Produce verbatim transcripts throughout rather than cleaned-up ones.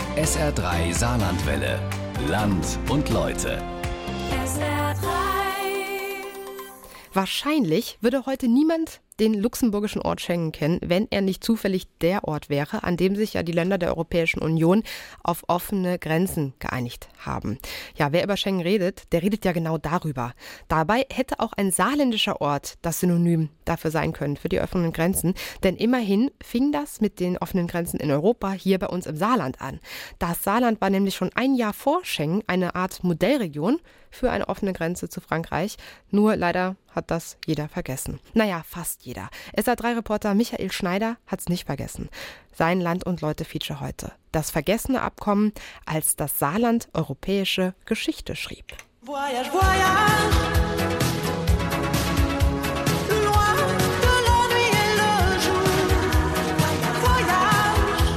S R drei Saarlandwelle. Land und Leute. S R drei. Wahrscheinlich würde heute niemand den luxemburgischen Ort Schengen kennen, wenn er nicht zufällig der Ort wäre, an dem sich ja die Länder der Europäischen Union auf offene Grenzen geeinigt haben. Ja, wer über Schengen redet, der redet ja genau darüber. Dabei hätte auch ein saarländischer Ort das Synonym dafür sein können, für die offenen Grenzen. Denn immerhin fing das mit den offenen Grenzen in Europa hier bei uns im Saarland an. Das Saarland war nämlich schon ein Jahr vor Schengen eine Art Modellregion für eine offene Grenze zu Frankreich. Nur leider hat das jeder vergessen. Naja, fast jeder. S R drei Reporter Michael Schneider hat's nicht vergessen. Sein Land- und Leute-Feature heute. Das vergessene Abkommen, als das Saarland europäische Geschichte schrieb. Voyage, voyage. Loin de l'ennui et le jour. Voyage.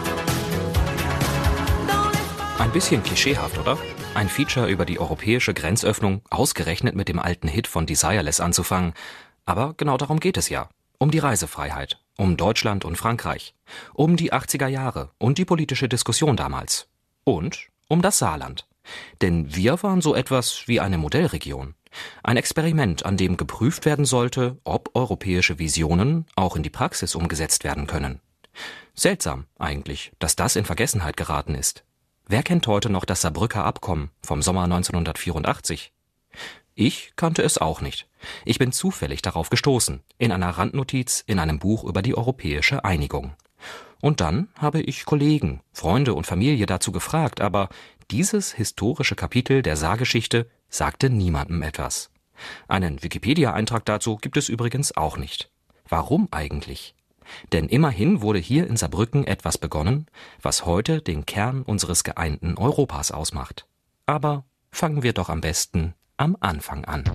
Dans les... Ein bisschen klischeehaft, oder? Ein Feature über die europäische Grenzöffnung, ausgerechnet mit dem alten Hit von Desireless anzufangen. Aber genau darum geht es ja. Um die Reisefreiheit, um Deutschland und Frankreich, um die achtziger Jahre und die politische Diskussion damals. Und um das Saarland. Denn wir waren so etwas wie eine Modellregion. Ein Experiment, an dem geprüft werden sollte, ob europäische Visionen auch in die Praxis umgesetzt werden können. Seltsam eigentlich, dass das in Vergessenheit geraten ist. Wer kennt heute noch das Saarbrücker Abkommen vom Sommer neunzehnhundertvierundachtzig? Ich kannte es auch nicht. Ich bin zufällig darauf gestoßen, in einer Randnotiz in einem Buch über die europäische Einigung. Und dann habe ich Kollegen, Freunde und Familie dazu gefragt, aber dieses historische Kapitel der Saargeschichte sagte niemandem etwas. Einen Wikipedia-Eintrag dazu gibt es übrigens auch nicht. Warum eigentlich? Denn immerhin wurde hier in Saarbrücken etwas begonnen, was heute den Kern unseres geeinten Europas ausmacht. Aber fangen wir doch am besten am Anfang an.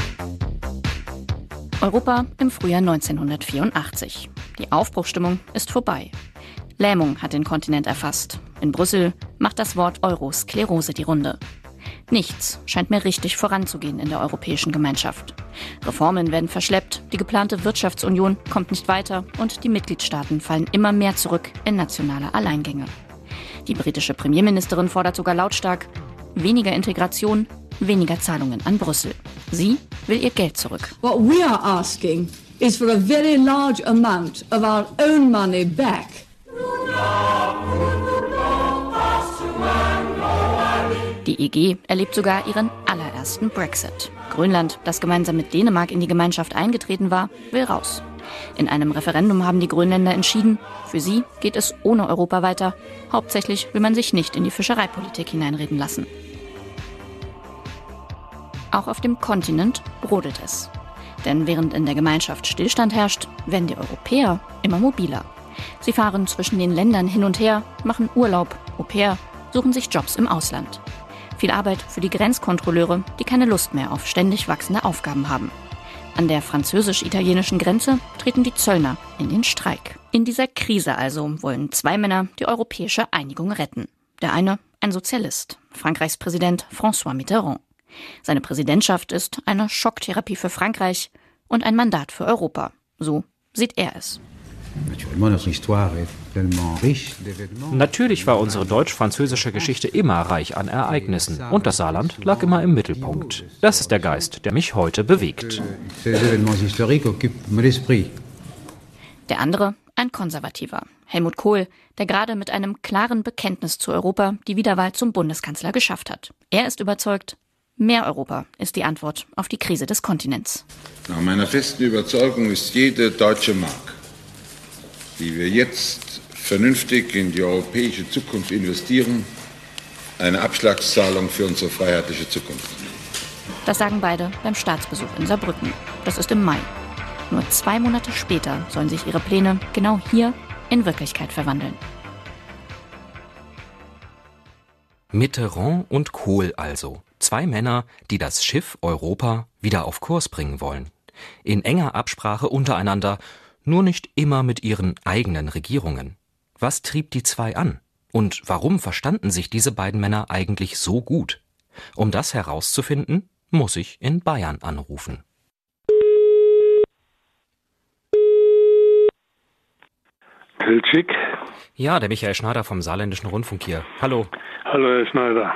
Europa im Frühjahr neunzehnhundertvierundachtzig. Die Aufbruchsstimmung ist vorbei. Lähmung hat den Kontinent erfasst. In Brüssel macht das Wort Eurosklerose die Runde. Nichts scheint mehr richtig voranzugehen in der Europäischen Gemeinschaft. Reformen werden verschleppt, die geplante Wirtschaftsunion kommt nicht weiter und die Mitgliedstaaten fallen immer mehr zurück in nationale Alleingänge. Die britische Premierministerin fordert sogar lautstark: weniger Integration, weniger Zahlungen an Brüssel. Sie will ihr Geld zurück. What we are asking is for a very large amount of our own money back. Die E G erlebt sogar ihren allerersten Brexit. Grönland, das gemeinsam mit Dänemark in die Gemeinschaft eingetreten war, will raus. In einem Referendum haben die Grönländer entschieden, für sie geht es ohne Europa weiter. Hauptsächlich will man sich nicht in die Fischereipolitik hineinreden lassen. Auch auf dem Kontinent brodelt es. Denn während in der Gemeinschaft Stillstand herrscht, werden die Europäer immer mobiler. Sie fahren zwischen den Ländern hin und her, machen Urlaub, Au-pair, suchen sich Jobs im Ausland. Viel Arbeit für die Grenzkontrolleure, die keine Lust mehr auf ständig wachsende Aufgaben haben. An der französisch-italienischen Grenze treten die Zöllner in den Streik. In dieser Krise also wollen zwei Männer die europäische Einigung retten. Der eine ein Sozialist, Frankreichs Präsident François Mitterrand. Seine Präsidentschaft ist eine Schocktherapie für Frankreich und ein Mandat für Europa. So sieht er es. Natürlich war unsere deutsch-französische Geschichte immer reich an Ereignissen und das Saarland lag immer im Mittelpunkt. Das ist der Geist, der mich heute bewegt. Der andere, ein Konservativer, Helmut Kohl, der gerade mit einem klaren Bekenntnis zu Europa die Wiederwahl zum Bundeskanzler geschafft hat. Er ist überzeugt, mehr Europa ist die Antwort auf die Krise des Kontinents. Nach meiner festen Überzeugung ist jede deutsche Mark, die wir jetzt vernünftig in die europäische Zukunft investieren, eine Abschlagszahlung für unsere freiheitliche Zukunft. Das sagen beide beim Staatsbesuch in Saarbrücken. Das ist im Mai. Nur zwei Monate später sollen sich ihre Pläne genau hier in Wirklichkeit verwandeln. Mitterrand und Kohl also. Zwei Männer, die das Schiff Europa wieder auf Kurs bringen wollen. In enger Absprache untereinander, nur nicht immer mit ihren eigenen Regierungen. Was trieb die zwei an? Und warum verstanden sich diese beiden Männer eigentlich so gut? Um das herauszufinden, muss ich in Bayern anrufen. Teltschik. Ja, der Michael Schneider vom Saarländischen Rundfunk hier. Hallo. Hallo, Herr Schneider.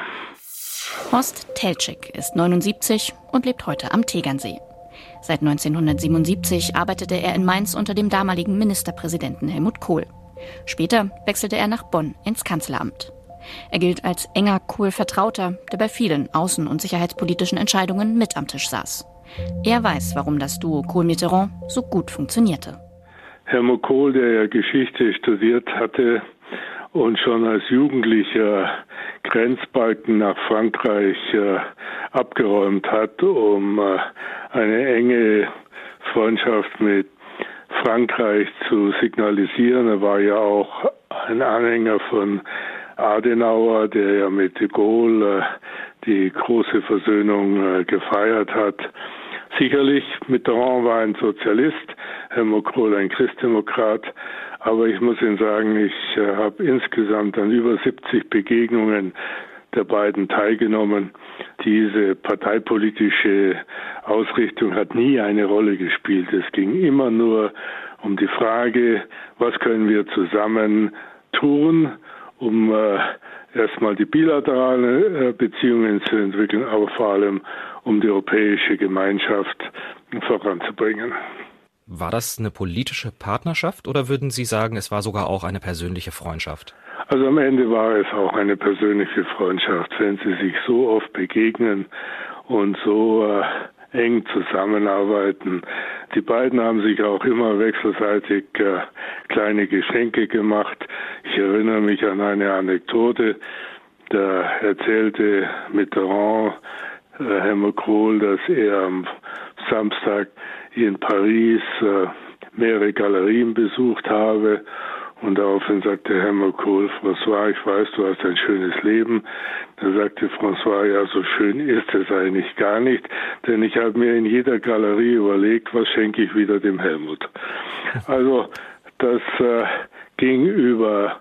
Horst Teltschik ist neunundsiebzig und lebt heute am Tegernsee. Seit neunzehnhundertsiebenundsiebzig arbeitete er in Mainz unter dem damaligen Ministerpräsidenten Helmut Kohl. Später wechselte er nach Bonn ins Kanzleramt. Er gilt als enger Kohl-Vertrauter, der bei vielen außen- und sicherheitspolitischen Entscheidungen mit am Tisch saß. Er weiß, warum das Duo Kohl-Mitterrand so gut funktionierte. Helmut Kohl, der ja Geschichte studiert hatte und schon als Jugendlicher Grenzbalken nach Frankreich äh, abgeräumt hat, um äh, eine enge Freundschaft mit Frankreich zu signalisieren. Er war ja auch ein Anhänger von Adenauer, der ja mit de Gaulle äh, die große Versöhnung äh, gefeiert hat. Sicherlich, Mitterrand war ein Sozialist, Helmut Kohl ein Christdemokrat, aber ich muss Ihnen sagen, ich äh, habe insgesamt an über siebzig Begegnungen der beiden teilgenommen. Diese parteipolitische Ausrichtung hat nie eine Rolle gespielt. Es ging immer nur um die Frage, was können wir zusammen tun, um äh, erstmal die bilateralen äh, Beziehungen zu entwickeln, aber vor allem um die europäische Gemeinschaft voranzubringen. War das eine politische Partnerschaft oder würden Sie sagen, es war sogar auch eine persönliche Freundschaft? Also am Ende war es auch eine persönliche Freundschaft, wenn sie sich so oft begegnen und so äh, eng zusammenarbeiten. Die beiden haben sich auch immer wechselseitig äh, kleine Geschenke gemacht. Ich erinnere mich an eine Anekdote, da erzählte Mitterrand äh, Helmut Kohl, dass er am Samstag in Paris äh, mehrere Galerien besucht habe. Und daraufhin sagte Helmut Kohl, François, ich weiß, du hast ein schönes Leben. Da sagte François, ja, so schön ist es eigentlich gar nicht, denn ich habe mir in jeder Galerie überlegt, was schenke ich wieder dem Helmut. Also das äh, ging über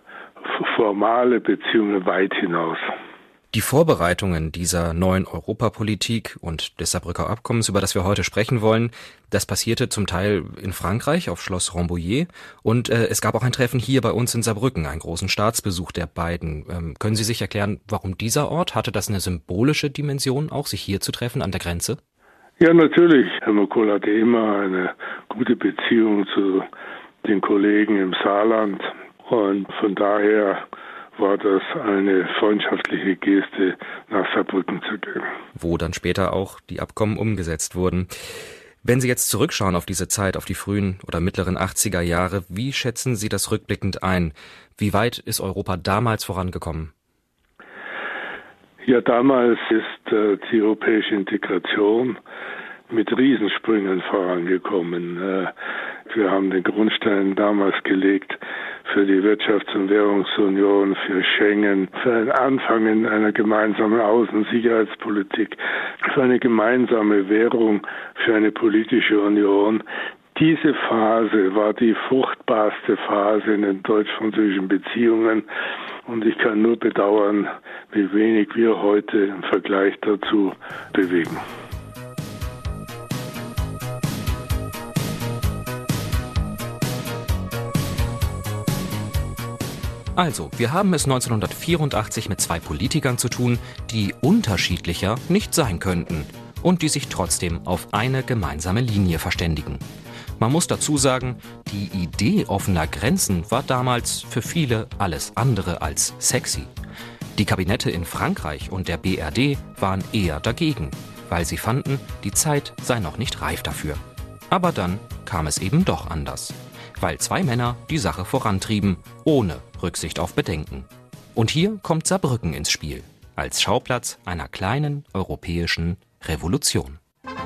formale Beziehungen weit hinaus. Die Vorbereitungen dieser neuen Europapolitik und des Saarbrücker Abkommens, über das wir heute sprechen wollen, das passierte zum Teil in Frankreich auf Schloss Rambouillet und äh, es gab auch ein Treffen hier bei uns in Saarbrücken, einen großen Staatsbesuch der beiden. Ähm, können Sie sich erklären, warum dieser Ort? Hatte das eine symbolische Dimension, auch sich hier zu treffen an der Grenze? Ja, natürlich. Helmut Kohl hatte immer eine gute Beziehung zu den Kollegen im Saarland und von daher war das eine freundschaftliche Geste, nach Saarbrücken zu gehen. Wo dann später auch die Abkommen umgesetzt wurden. Wenn Sie jetzt zurückschauen auf diese Zeit, auf die frühen oder mittleren achtziger Jahre, wie schätzen Sie das rückblickend ein? Wie weit ist Europa damals vorangekommen? Ja, damals ist äh, die europäische Integration mit Riesensprüngen vorangekommen. Äh, wir haben den Grundstein damals gelegt für die Wirtschafts- und Währungsunion, für Schengen, für ein Anfangen einer gemeinsamen Außen- und Sicherheitspolitik, für eine gemeinsame Währung, für eine politische Union. Diese Phase war die fruchtbarste Phase in den deutsch-französischen Beziehungen und ich kann nur bedauern, wie wenig wir heute im Vergleich dazu bewegen. Also, wir haben es neunzehnhundertvierundachtzig mit zwei Politikern zu tun, die unterschiedlicher nicht sein könnten und die sich trotzdem auf eine gemeinsame Linie verständigen. Man muss dazu sagen, die Idee offener Grenzen war damals für viele alles andere als sexy. Die Kabinette in Frankreich und der B R D waren eher dagegen, weil sie fanden, die Zeit sei noch nicht reif dafür. Aber dann kam es eben doch anders, weil zwei Männer die Sache vorantrieben, ohne Rücksicht auf Bedenken. Und hier kommt Saarbrücken ins Spiel, als Schauplatz einer kleinen europäischen Revolution.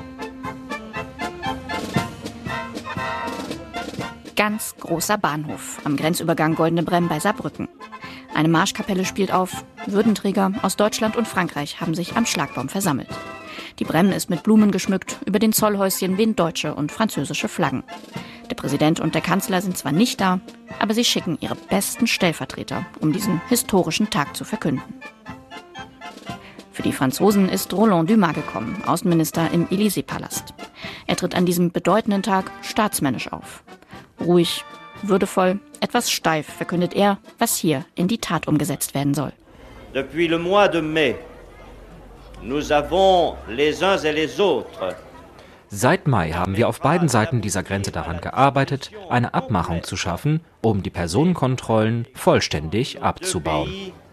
Ganz großer Bahnhof am Grenzübergang Goldene Bremm bei Saarbrücken. Eine Marschkapelle spielt auf, Würdenträger aus Deutschland und Frankreich haben sich am Schlagbaum versammelt. Die Bremm ist mit Blumen geschmückt, über den Zollhäuschen wehen deutsche und französische Flaggen. Der Präsident und der Kanzler sind zwar nicht da, aber sie schicken ihre besten Stellvertreter, um diesen historischen Tag zu verkünden. Für die Franzosen ist Roland Dumas gekommen, Außenminister im Élysée-Palast. Er tritt an diesem bedeutenden Tag staatsmännisch auf. Ruhig, Würdevoll, etwas steif verkündet er, was hier in die Tat umgesetzt werden soll. Depuis le mois de mai, nous avons les uns et les autres. Seit Mai haben wir auf beiden Seiten dieser Grenze daran gearbeitet, eine Abmachung zu schaffen, um die Personenkontrollen vollständig abzubauen.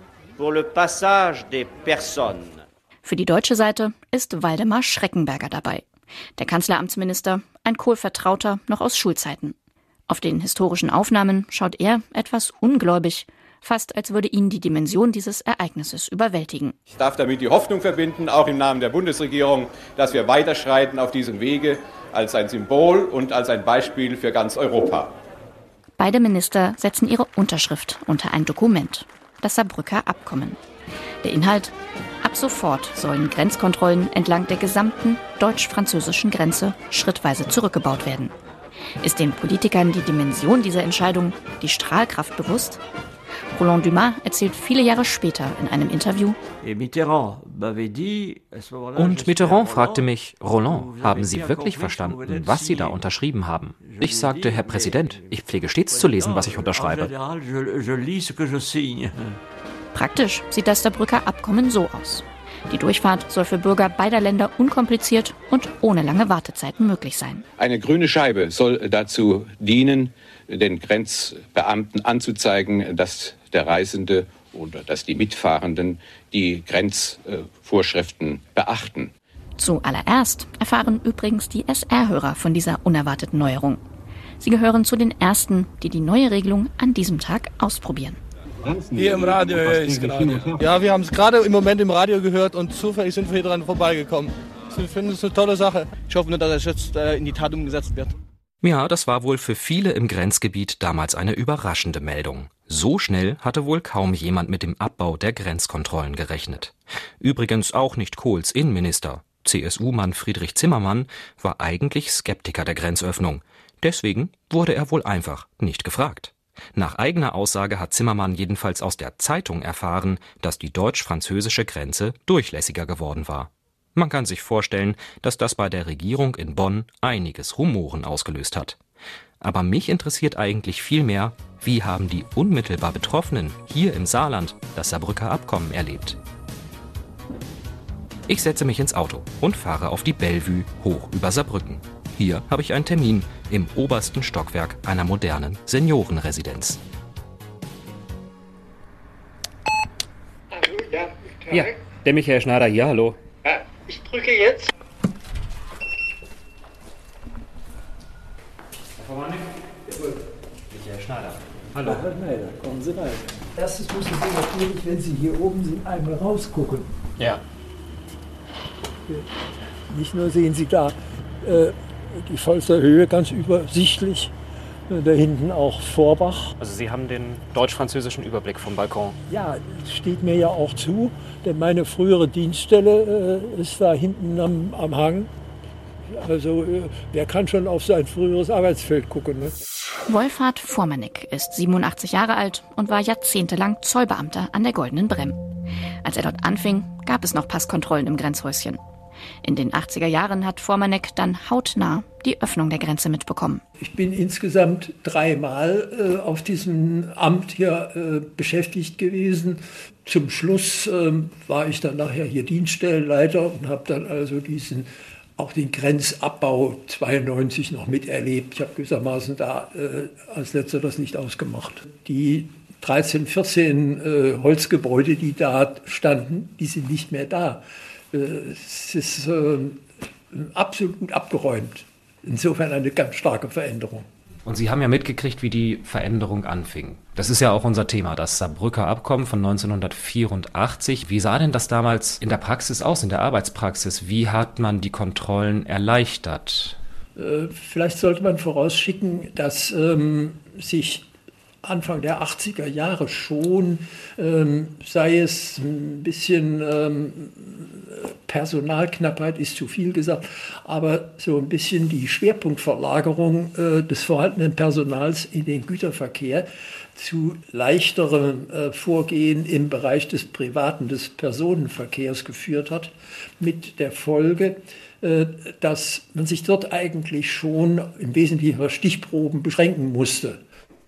Für die deutsche Seite ist Waldemar Schreckenberger dabei. Der Kanzleramtsminister, ein Kohl-Vertrauter noch aus Schulzeiten. Auf den historischen Aufnahmen schaut er etwas ungläubig, fast als würde ihn die Dimension dieses Ereignisses überwältigen. Ich darf damit die Hoffnung verbinden, auch im Namen der Bundesregierung, dass wir weiterschreiten auf diesem Wege als ein Symbol und als ein Beispiel für ganz Europa. Beide Minister setzen ihre Unterschrift unter ein Dokument, das Saarbrücker Abkommen. Der Inhalt: Ab sofort sollen Grenzkontrollen entlang der gesamten deutsch-französischen Grenze schrittweise zurückgebaut werden. Ist den Politikern die Dimension dieser Entscheidung, die Strahlkraft bewusst? Roland Dumas erzählt viele Jahre später in einem Interview: Und Mitterrand fragte mich, Roland, haben Sie wirklich verstanden, was Sie da unterschrieben haben? Ich sagte, Herr Präsident, ich pflege stets zu lesen, was ich unterschreibe. Praktisch sieht das Saarbrücker Abkommen so aus. Die Durchfahrt soll für Bürger beider Länder unkompliziert und ohne lange Wartezeiten möglich sein. Eine grüne Scheibe soll dazu dienen, den Grenzbeamten anzuzeigen, dass der Reisende oder dass die Mitfahrenden die Grenzvorschriften beachten. Zuallererst erfahren übrigens die S R-Hörer von dieser unerwarteten Neuerung. Sie gehören zu den ersten, die die neue Regelung an diesem Tag ausprobieren. Hier im Radio höre ich es gerade. Ja, wir haben es gerade im Moment im Radio gehört und zufällig sind wir hier dran vorbeigekommen. Ich finde es eine tolle Sache. Ich hoffe nur, dass es jetzt äh, in die Tat umgesetzt wird. Ja, das war wohl für viele im Grenzgebiet damals eine überraschende Meldung. So schnell hatte wohl kaum jemand mit dem Abbau der Grenzkontrollen gerechnet. Übrigens auch nicht Kohls Innenminister. C S U-Mann Friedrich Zimmermann war eigentlich Skeptiker der Grenzöffnung. Deswegen wurde er wohl einfach nicht gefragt. Nach eigener Aussage hat Zimmermann jedenfalls aus der Zeitung erfahren, dass die deutsch-französische Grenze durchlässiger geworden war. Man kann sich vorstellen, dass das bei der Regierung in Bonn einiges Rumoren ausgelöst hat. Aber mich interessiert eigentlich viel mehr, wie haben die unmittelbar Betroffenen hier im Saarland das Saarbrücker Abkommen erlebt. Ich setze mich ins Auto und fahre auf die Bellevue hoch über Saarbrücken. Hier habe ich einen Termin im obersten Stockwerk einer modernen Seniorenresidenz. Hallo, ja, ja, der Michael Schneider hier, hallo. Ja, ich drücke jetzt. Herr Formanek? Michael Schneider. Hallo. Herr Schneider, kommen Sie rein. Erstes müssen Sie natürlich, wenn Sie hier oben sind, einmal rausgucken. Ja. Nicht nur sehen Sie da äh, die Pfalzer Höhe ganz übersichtlich, äh, da hinten auch Vorbach. Also Sie haben den deutsch-französischen Überblick vom Balkon. Ja, das steht mir ja auch zu, denn meine frühere Dienststelle äh, ist da hinten am, am Hang. Also äh, wer kann schon auf sein früheres Arbeitsfeld gucken, ne? Wolfhard Formanek ist siebenundachtzig Jahre alt und war jahrzehntelang Zollbeamter an der Goldenen Bremm. Als er dort anfing, gab es noch Passkontrollen im Grenzhäuschen. In den achtziger Jahren hat Formanek dann hautnah die Öffnung der Grenze mitbekommen. Ich bin insgesamt dreimal äh, auf diesem Amt hier äh, beschäftigt gewesen. Zum Schluss äh, war ich dann nachher hier Dienststellenleiter und habe dann also diesen auch den Grenzabbau zweiundneunzig noch miterlebt. Ich habe gewissermaßen da äh, als letzter das nicht ausgemacht. Die dreizehn, vierzehn äh, Holzgebäude, die da standen, die sind nicht mehr da. Es ist äh, absolut abgeräumt. Insofern eine ganz starke Veränderung. Und Sie haben ja mitgekriegt, wie die Veränderung anfing. Das ist ja auch unser Thema, das Saarbrücker Abkommen von neunzehnhundertvierundachtzig. Wie sah denn das damals in der Praxis aus, in der Arbeitspraxis? Wie hat man die Kontrollen erleichtert? Äh, vielleicht sollte man vorausschicken, dass ähm, sich Anfang der achtziger Jahre schon, ähm, sei es ein bisschen ähm, Personalknappheit, ist zu viel gesagt, aber so ein bisschen die Schwerpunktverlagerung äh, des vorhandenen Personals in den Güterverkehr zu leichterem äh, Vorgehen im Bereich des privaten, des Personenverkehrs geführt hat, mit der Folge, äh, dass man sich dort eigentlich schon im Wesentlichen auf Stichproben beschränken musste.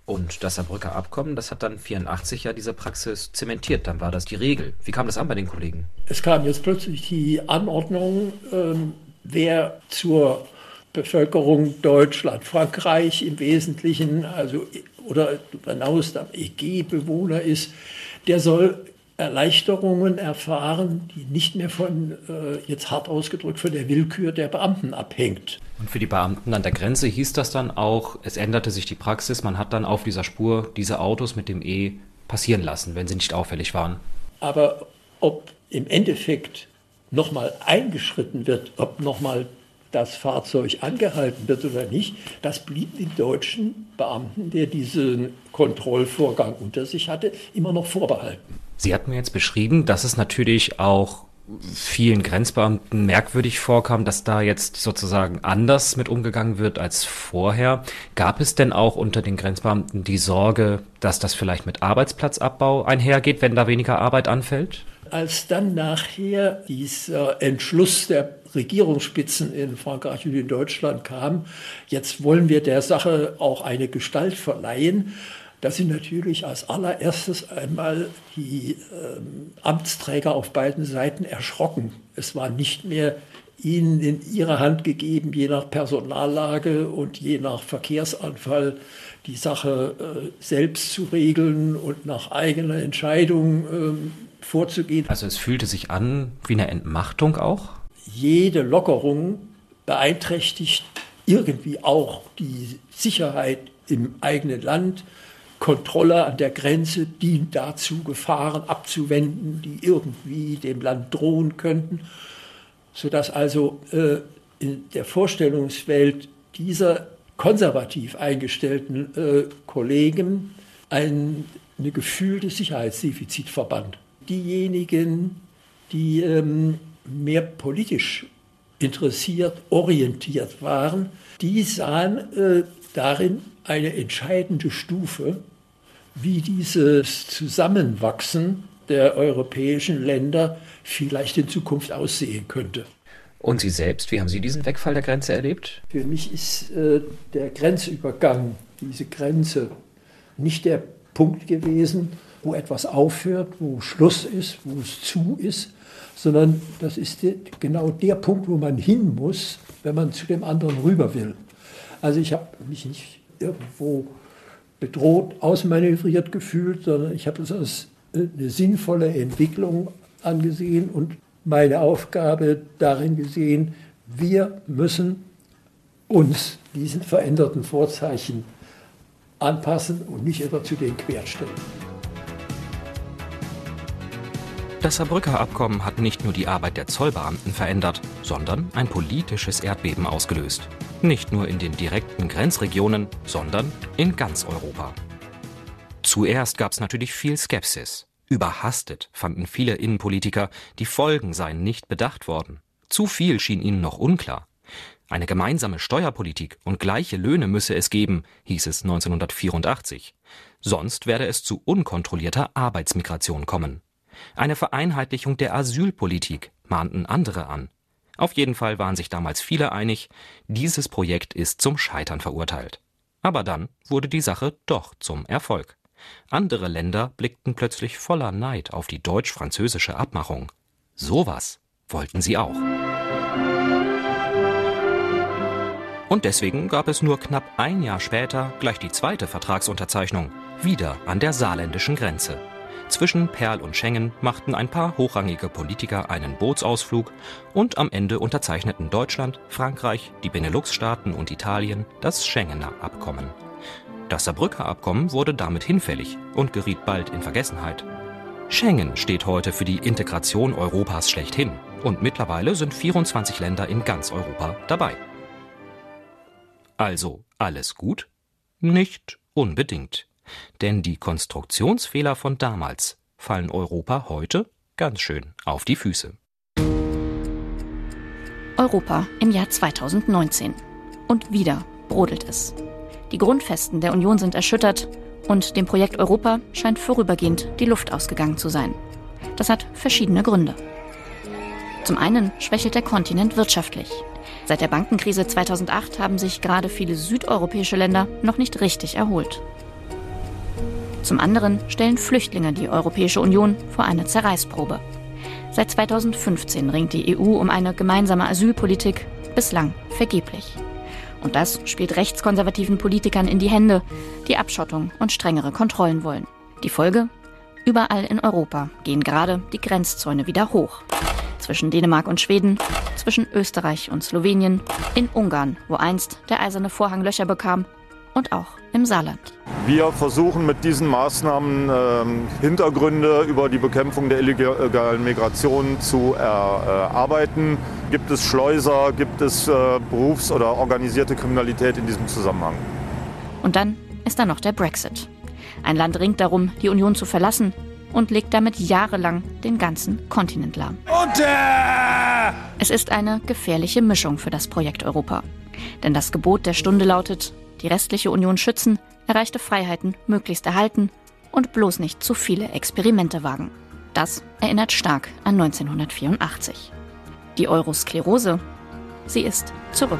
Und das Saarbrücker Abkommen, das hat dann vierundachtzig ja diese Praxis zementiert. Dann war das die Regel. Wie kam das an bei den Kollegen? Es kam jetzt plötzlich die Anordnung, ähm, wer zur Bevölkerung Deutschland, Frankreich im Wesentlichen, also oder hinaus der E G-Bewohner ist, der soll Erleichterungen erfahren, die nicht mehr von, äh, jetzt hart ausgedrückt, von der Willkür der Beamten abhängt. Und für die Beamten an der Grenze hieß das dann auch, es änderte sich die Praxis, man hat dann auf dieser Spur diese Autos mit dem E passieren lassen, wenn sie nicht auffällig waren. Aber ob im Endeffekt nochmal eingeschritten wird, ob nochmal das Fahrzeug angehalten wird oder nicht, das blieb den deutschen Beamten, der diesen Kontrollvorgang unter sich hatte, immer noch vorbehalten. Sie hatten mir jetzt beschrieben, dass es natürlich auch vielen Grenzbeamten merkwürdig vorkam, dass da jetzt sozusagen anders mit umgegangen wird als vorher. Gab es denn auch unter den Grenzbeamten die Sorge, dass das vielleicht mit Arbeitsplatzabbau einhergeht, wenn da weniger Arbeit anfällt? Als dann nachher dieser Entschluss der Regierungsspitzen in Frankreich und in Deutschland kam, jetzt wollen wir der Sache auch eine Gestalt verleihen, da sind natürlich als allererstes einmal die ähm, Amtsträger auf beiden Seiten erschrocken. Es war nicht mehr ihnen in ihre Hand gegeben, je nach Personallage und je nach Verkehrsanfall die Sache äh, selbst zu regeln und nach eigener Entscheidung ähm, vorzugehen. Also es fühlte sich an wie eine Entmachtung auch? Jede Lockerung beeinträchtigt irgendwie auch die Sicherheit im eigenen Land. Kontrolle an der Grenze dient dazu, Gefahren abzuwenden, die irgendwie dem Land drohen könnten, sodass also äh, in der Vorstellungswelt dieser konservativ eingestellten äh, Kollegen ein, ein Gefühl des Sicherheitsdefizits verband. Diejenigen, die ähm, mehr politisch interessiert, orientiert waren, die sahen äh, darin eine entscheidende Stufe, wie dieses Zusammenwachsen der europäischen Länder vielleicht in Zukunft aussehen könnte. Und Sie selbst, wie haben Sie diesen Wegfall der Grenze erlebt? Für mich ist äh, der Grenzübergang, diese Grenze, nicht der Punkt gewesen, wo etwas aufhört, wo Schluss ist, wo es zu ist, sondern das ist de, genau der Punkt, wo man hin muss, wenn man zu dem anderen rüber will. Also ich habe mich nicht irgendwo bedroht, ausmanövriert gefühlt, sondern ich habe es als eine sinnvolle Entwicklung angesehen und meine Aufgabe darin gesehen, wir müssen uns diesen veränderten Vorzeichen anpassen und nicht etwa zu denen querstellen. Das Saarbrücker Abkommen hat nicht nur die Arbeit der Zollbeamten verändert, sondern ein politisches Erdbeben ausgelöst. Nicht nur in den direkten Grenzregionen, sondern in ganz Europa. Zuerst gab es natürlich viel Skepsis. Überhastet fanden viele Innenpolitiker, die Folgen seien nicht bedacht worden. Zu viel schien ihnen noch unklar. Eine gemeinsame Steuerpolitik und gleiche Löhne müsse es geben, hieß es neunzehnhundertvierundachtzig. Sonst werde es zu unkontrollierter Arbeitsmigration kommen. Eine Vereinheitlichung der Asylpolitik mahnten andere an. Auf jeden Fall waren sich damals viele einig, dieses Projekt ist zum Scheitern verurteilt. Aber dann wurde die Sache doch zum Erfolg. Andere Länder blickten plötzlich voller Neid auf die deutsch-französische Abmachung. Sowas wollten sie auch. Und deswegen gab es nur knapp ein Jahr später gleich die zweite Vertragsunterzeichnung, wieder an der saarländischen Grenze. Zwischen Perl und Schengen machten ein paar hochrangige Politiker einen Bootsausflug und am Ende unterzeichneten Deutschland, Frankreich, die Benelux-Staaten und Italien das Schengener Abkommen. Das Saarbrücker Abkommen wurde damit hinfällig und geriet bald in Vergessenheit. Schengen steht heute für die Integration Europas schlechthin und mittlerweile sind vierundzwanzig Länder in ganz Europa dabei. Also alles gut? Nicht unbedingt. Denn die Konstruktionsfehler von damals fallen Europa heute ganz schön auf die Füße. Europa im Jahr zweitausendneunzehn. Und wieder brodelt es. Die Grundfesten der Union sind erschüttert und dem Projekt Europa scheint vorübergehend die Luft ausgegangen zu sein. Das hat verschiedene Gründe. Zum einen schwächelt der Kontinent wirtschaftlich. Seit der Bankenkrise zweitausendacht haben sich gerade viele südeuropäische Länder noch nicht richtig erholt. Zum anderen stellen Flüchtlinge die Europäische Union vor eine Zerreißprobe. Seit zweitausendfünfzehn ringt die E U um eine gemeinsame Asylpolitik, bislang vergeblich. Und das spielt rechtskonservativen Politikern in die Hände, die Abschottung und strengere Kontrollen wollen. Die Folge? Überall in Europa gehen gerade die Grenzzäune wieder hoch. Zwischen Dänemark und Schweden, zwischen Österreich und Slowenien, in Ungarn, wo einst der eiserne Vorhang Löcher bekam, und auch im Saarland. Wir versuchen mit diesen Maßnahmen ähm, Hintergründe über die Bekämpfung der illegalen Migration zu erarbeiten. Gibt es Schleuser, gibt es äh, Berufs- oder organisierte Kriminalität in diesem Zusammenhang? Und dann ist da noch der Brexit. Ein Land ringt darum, die Union zu verlassen und legt damit jahrelang den ganzen Kontinent lahm. Und, äh! Es ist eine gefährliche Mischung für das Projekt Europa. Denn das Gebot der Stunde lautet: die restliche Union schützen, erreichte Freiheiten möglichst erhalten und bloß nicht zu viele Experimente wagen. Das erinnert stark an neunzehnhundertvierundachtzig. Die Eurosklerose, sie ist zurück.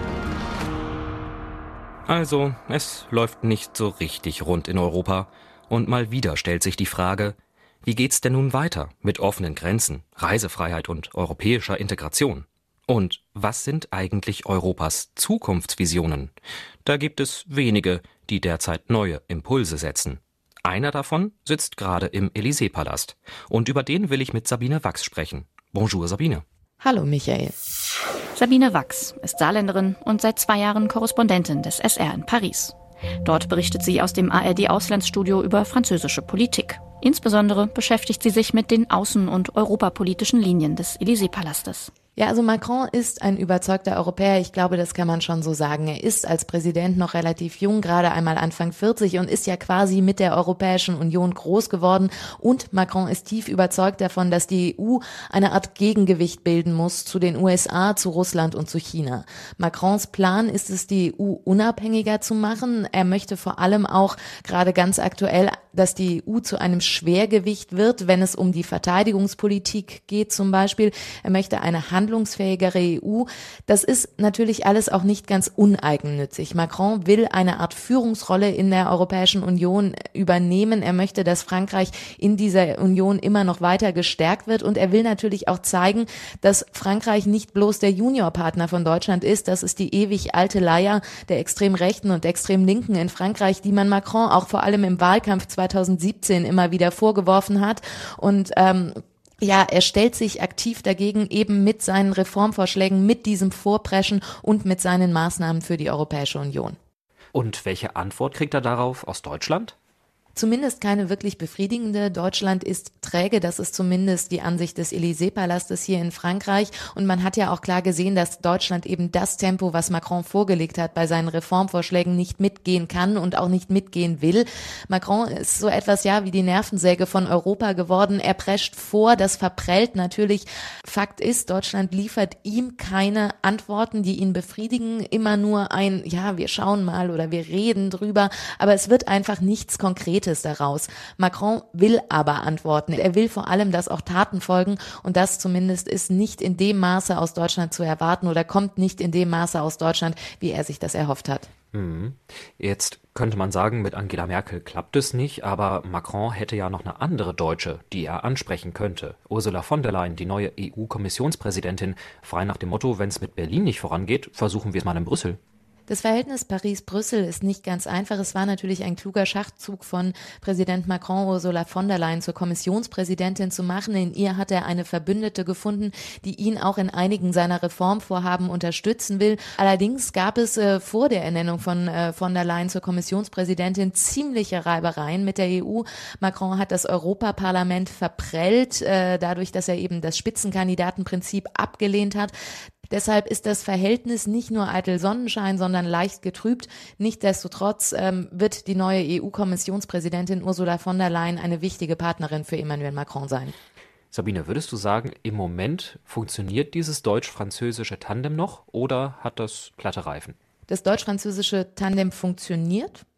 Also, es läuft nicht so richtig rund in Europa. Und mal wieder stellt sich die Frage, wie geht's denn nun weiter mit offenen Grenzen, Reisefreiheit und europäischer Integration? Und was sind eigentlich Europas Zukunftsvisionen? Da gibt es wenige, die derzeit neue Impulse setzen. Einer davon sitzt gerade im Élysée-Palast. Und über den will ich mit Sabine Wachs sprechen. Bonjour, Sabine. Hallo, Michael. Sabine Wachs ist Saarländerin und seit zwei Jahren Korrespondentin des S R in Paris. Dort berichtet sie aus dem A R D-Auslandsstudio über französische Politik. Insbesondere beschäftigt sie sich mit den außen- und europapolitischen Linien des Élysée-Palastes. Ja, also Macron ist ein überzeugter Europäer, ich glaube, das kann man schon so sagen. Er ist als Präsident noch relativ jung, gerade einmal Anfang vierzig und ist ja quasi mit der Europäischen Union groß geworden. Und Macron ist tief überzeugt davon, dass die E U eine Art Gegengewicht bilden muss zu den U S A, zu Russland und zu China. Macrons Plan ist es, die E U unabhängiger zu machen. Er möchte vor allem auch gerade ganz aktuell, dass die E U zu einem Schwergewicht wird, wenn es um die Verteidigungspolitik geht zum Beispiel. Er möchte eine handlungsfähigere E U. Das ist natürlich alles auch nicht ganz uneigennützig. Macron will eine Art Führungsrolle in der Europäischen Union übernehmen. Er möchte, dass Frankreich in dieser Union immer noch weiter gestärkt wird und er will natürlich auch zeigen, dass Frankreich nicht bloß der Juniorpartner von Deutschland ist. Das ist die ewig alte Leier der extrem Rechten und extrem Linken in Frankreich, die man Macron auch vor allem im Wahlkampf zweitausendsiebzehn immer wieder vorgeworfen hat und ähm, Ja, er stellt sich aktiv dagegen, eben mit seinen Reformvorschlägen, mit diesem Vorpreschen und mit seinen Maßnahmen für die Europäische Union. Und welche Antwort kriegt er darauf aus Deutschland? Zumindest keine wirklich befriedigende. Deutschland ist träge, das ist zumindest die Ansicht des Élysée-Palastes hier in Frankreich. Und man hat ja auch klar gesehen, dass Deutschland eben das Tempo, was Macron vorgelegt hat, bei seinen Reformvorschlägen nicht mitgehen kann und auch nicht mitgehen will. Macron ist so etwas, ja, wie die Nervensäge von Europa geworden. Er prescht vor, das verprellt natürlich. Fakt ist, Deutschland liefert ihm keine Antworten, die ihn befriedigen. Immer nur ein, ja, wir schauen mal oder wir reden drüber. Aber es wird einfach nichts Konkretes daraus. Macron will aber antworten. Er will vor allem, dass auch Taten folgen und das zumindest ist nicht in dem Maße aus Deutschland zu erwarten oder kommt nicht in dem Maße aus Deutschland, wie er sich das erhofft hat. Hm. Jetzt könnte man sagen, mit Angela Merkel klappt es nicht, aber Macron hätte ja noch eine andere Deutsche, die er ansprechen könnte. Ursula von der Leyen, die neue E U-Kommissionspräsidentin, frei nach dem Motto, wenn es mit Berlin nicht vorangeht, versuchen wir es mal in Brüssel. Das Verhältnis Paris-Brüssel ist nicht ganz einfach. Es war natürlich ein kluger Schachzug von Präsident Macron, Ursula von der Leyen zur Kommissionspräsidentin zu machen. In ihr hat er eine Verbündete gefunden, die ihn auch in einigen seiner Reformvorhaben unterstützen will. Allerdings gab es äh, vor der Ernennung von äh, von der Leyen zur Kommissionspräsidentin ziemliche Reibereien mit der E U. Macron hat das Europaparlament verprellt, äh, dadurch, dass er eben das Spitzenkandidatenprinzip abgelehnt hat. Deshalb ist das Verhältnis nicht nur eitel Sonnenschein, sondern leicht getrübt. Nichtsdestotrotz ähm, wird die neue E U-Kommissionspräsidentin Ursula von der Leyen eine wichtige Partnerin für Emmanuel Macron sein. Sabine, würdest du sagen, im Moment funktioniert dieses deutsch-französische Tandem noch oder hat das platte Reifen? Das deutsch-französische Tandem funktioniert.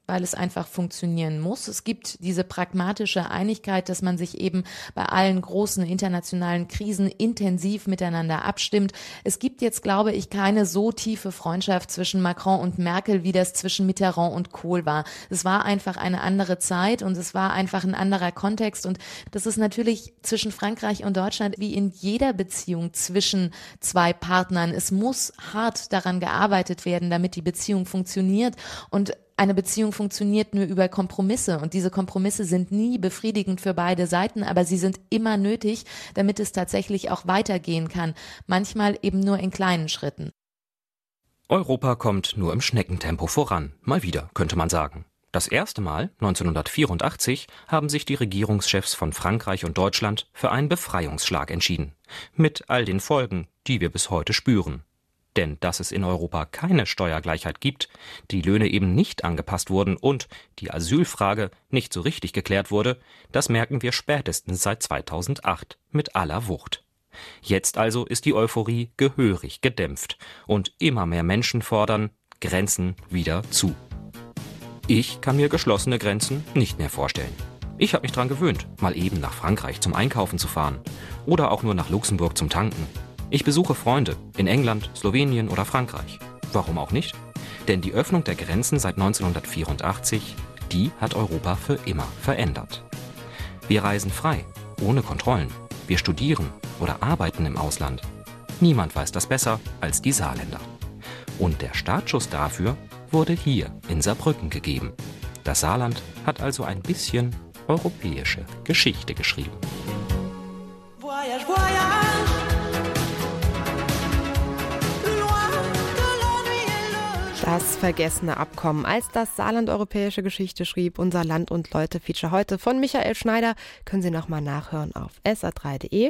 weil es einfach funktionieren muss. Es gibt diese pragmatische Einigkeit, dass man sich eben bei allen großen internationalen Krisen intensiv miteinander abstimmt. Es gibt jetzt, glaube ich, keine so tiefe Freundschaft zwischen Macron und Merkel, wie das zwischen Mitterrand und Kohl war. Es war einfach eine andere Zeit und es war einfach ein anderer Kontext. Und das ist natürlich zwischen Frankreich und Deutschland wie in jeder Beziehung zwischen zwei Partnern. Es muss hart daran gearbeitet werden, damit die Beziehung funktioniert. Und eine Beziehung funktioniert nur über Kompromisse und diese Kompromisse sind nie befriedigend für beide Seiten, aber sie sind immer nötig, damit es tatsächlich auch weitergehen kann, manchmal eben nur in kleinen Schritten. Europa kommt nur im Schneckentempo voran, mal wieder, könnte man sagen. Das erste Mal, neunzehnhundertvierundachtzig, haben sich die Regierungschefs von Frankreich und Deutschland für einen Befreiungsschlag entschieden. Mit all den Folgen, die wir bis heute spüren. Denn dass es in Europa keine Steuergleichheit gibt, die Löhne eben nicht angepasst wurden und die Asylfrage nicht so richtig geklärt wurde, das merken wir spätestens seit zweitausendacht mit aller Wucht. Jetzt also ist die Euphorie gehörig gedämpft und immer mehr Menschen fordern Grenzen wieder zu. Ich kann mir geschlossene Grenzen nicht mehr vorstellen. Ich habe mich dran gewöhnt, mal eben nach Frankreich zum Einkaufen zu fahren oder auch nur nach Luxemburg zum Tanken. Ich besuche Freunde in England, Slowenien oder Frankreich. Warum auch nicht? Denn die Öffnung der Grenzen seit neunzehnhundertvierundachtzig, die hat Europa für immer verändert. Wir reisen frei, ohne Kontrollen. Wir studieren oder arbeiten im Ausland. Niemand weiß das besser als die Saarländer. Und der Startschuss dafür wurde hier in Saarbrücken gegeben. Das Saarland hat also ein bisschen europäische Geschichte geschrieben. Voyage, voyage. Das vergessene Abkommen, als das Saarland europäische Geschichte schrieb, unser Land und Leute Feature heute von Michael Schneider, können Sie nochmal nachhören auf s r drei punkt de.